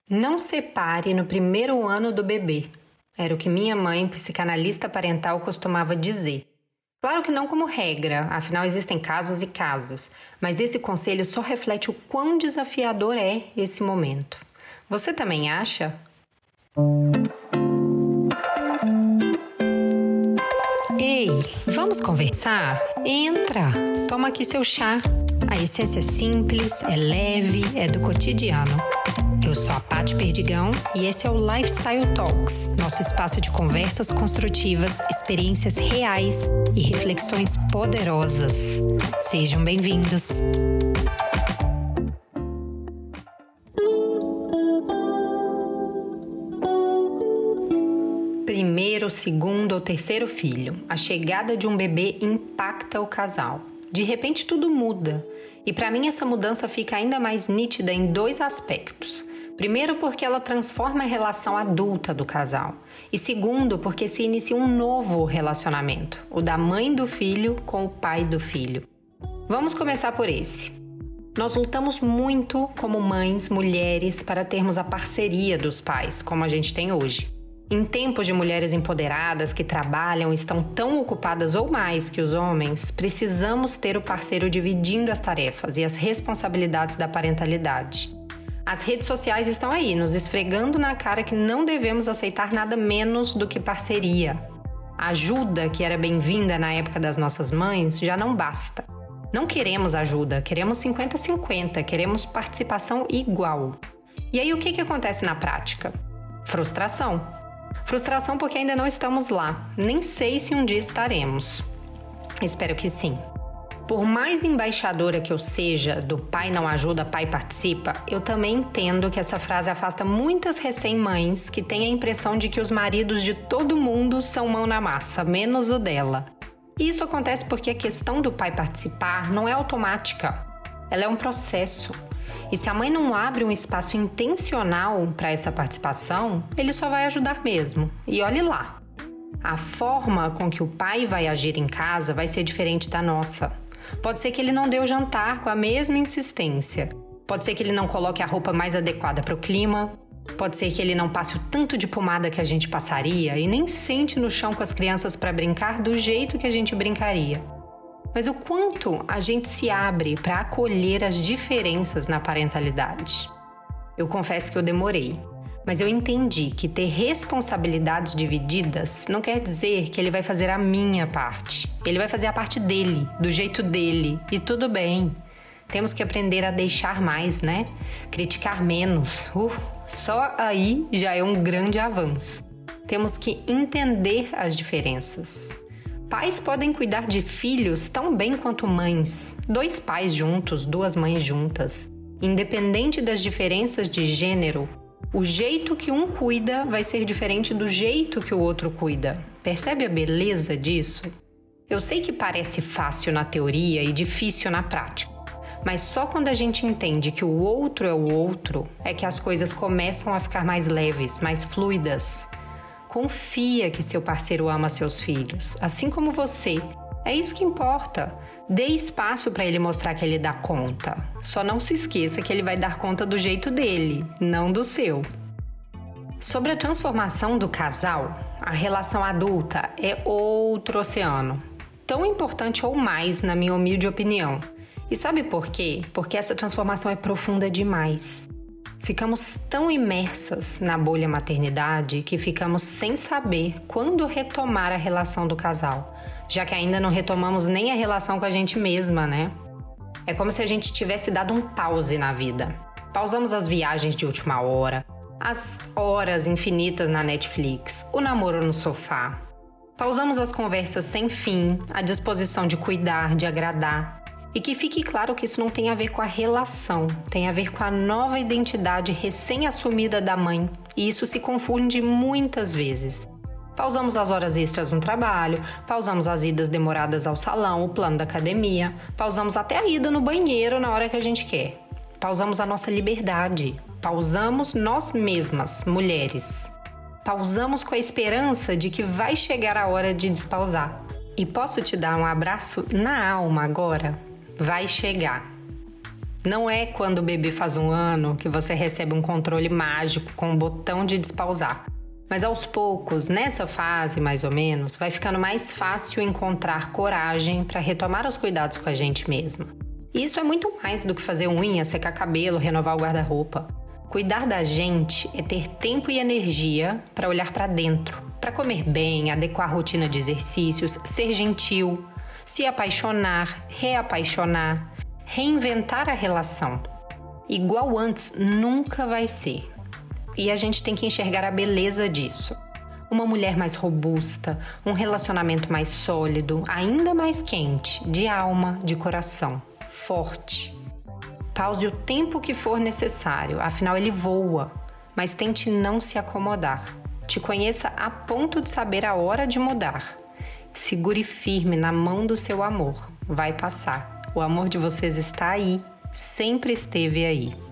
Não separe no primeiro ano do bebê. Era o que minha mãe, psicanalista parental, costumava dizer. Claro que não como regra, afinal existem casos e casos, mas esse conselho só reflete o quão desafiador é esse momento. Você também acha? Ei, vamos conversar? Entra! Toma aqui seu chá. A essência é simples, é leve, é do cotidiano. Eu sou a Paty Perdigão e esse é o Lifestyle Talks, nosso espaço de conversas construtivas, experiências reais e reflexões poderosas. Sejam bem-vindos! Primeiro, segundo ou terceiro filho, a chegada de um bebê impacta o casal. De repente tudo muda. E para mim essa mudança fica ainda mais nítida em dois aspectos. Primeiro, porque ela transforma a relação adulta do casal. E segundo, porque se inicia um novo relacionamento, o da mãe do filho com o pai do filho. Vamos começar por esse. Nós lutamos muito como mães, mulheres, para termos a parceria dos pais, como a gente tem hoje. Em tempos de mulheres empoderadas que trabalham e estão tão ocupadas ou mais que os homens, precisamos ter o parceiro dividindo as tarefas e as responsabilidades da parentalidade. As redes sociais estão aí, nos esfregando na cara que não devemos aceitar nada menos do que parceria. A ajuda, que era bem-vinda na época das nossas mães, já não basta. Não queremos ajuda, queremos 50-50, queremos participação igual. E aí o que acontece na prática? Frustração. Frustração porque ainda não estamos lá. Nem sei se um dia estaremos. Espero que sim. Por mais embaixadora que eu seja do pai não ajuda, pai participa, eu também entendo que essa frase afasta muitas recém-mães que têm a impressão de que os maridos de todo mundo são mão na massa, menos o dela. E isso acontece porque a questão do pai participar não é automática. Ela é um processo. E se a mãe não abre um espaço intencional para essa participação, ele só vai ajudar mesmo. E olhe lá. A forma com que o pai vai agir em casa vai ser diferente da nossa. Pode ser que ele não dê o jantar com a mesma insistência. Pode ser que ele não coloque a roupa mais adequada para o clima. Pode ser que ele não passe o tanto de pomada que a gente passaria e nem sente no chão com as crianças para brincar do jeito que a gente brincaria. Mas o quanto a gente se abre para acolher as diferenças na parentalidade? Eu confesso que eu demorei, mas eu entendi que ter responsabilidades divididas não quer dizer que ele vai fazer a minha parte. Ele vai fazer a parte dele, do jeito dele, e tudo bem. Temos que aprender a deixar mais, né? Criticar menos. Só aí já é um grande avanço. Temos que entender as diferenças. Pais podem cuidar de filhos tão bem quanto mães. 2 pais juntos, 2 mães juntas. Independente das diferenças de gênero, o jeito que um cuida vai ser diferente do jeito que o outro cuida. Percebe a beleza disso? Eu sei que parece fácil na teoria e difícil na prática, mas só quando a gente entende que o outro é o outro é que as coisas começam a ficar mais leves, mais fluidas. Confia que seu parceiro ama seus filhos, assim como você. É isso que importa. Dê espaço para ele mostrar que ele dá conta. Só não se esqueça que ele vai dar conta do jeito dele, não do seu. Sobre a transformação do casal, a relação adulta é outro oceano. Tão importante ou mais, na minha humilde opinião. E sabe por quê? Porque essa transformação é profunda demais. Ficamos tão imersas na bolha maternidade que ficamos sem saber quando retomar a relação do casal, já que ainda não retomamos nem a relação com a gente mesma, né? É como se a gente tivesse dado um pause na vida. Pausamos as viagens de última hora, as horas infinitas na Netflix, o namoro no sofá. Pausamos as conversas sem fim, a disposição de cuidar, de agradar. E que fique claro que isso não tem a ver com a relação, tem a ver com a nova identidade recém-assumida da mãe. E isso se confunde muitas vezes. Pausamos as horas extras no trabalho, pausamos as idas demoradas ao salão, o plano da academia, pausamos até a ida no banheiro na hora que a gente quer. Pausamos a nossa liberdade, pausamos nós mesmas, mulheres. Pausamos com a esperança de que vai chegar a hora de despausar. E posso te dar um abraço na alma agora? Vai chegar. Não é quando o bebê faz 1 ano que você recebe um controle mágico com um botão de despausar. Mas aos poucos, nessa fase mais ou menos, vai ficando mais fácil encontrar coragem para retomar os cuidados com a gente mesma. E isso é muito mais do que fazer unha, secar cabelo, renovar o guarda-roupa. Cuidar da gente é ter tempo e energia para olhar para dentro, para comer bem, adequar a rotina de exercícios, ser gentil, se apaixonar, reapaixonar, reinventar a relação. Igual antes nunca vai ser. E a gente tem que enxergar a beleza disso. Uma mulher mais robusta, um relacionamento mais sólido, ainda mais quente, de alma, de coração, forte. Pause o tempo que for necessário, afinal ele voa, mas tente não se acomodar. Te conheça a ponto de saber a hora de mudar. Segure firme na mão do seu amor. Vai passar. O amor de vocês está aí, sempre esteve aí.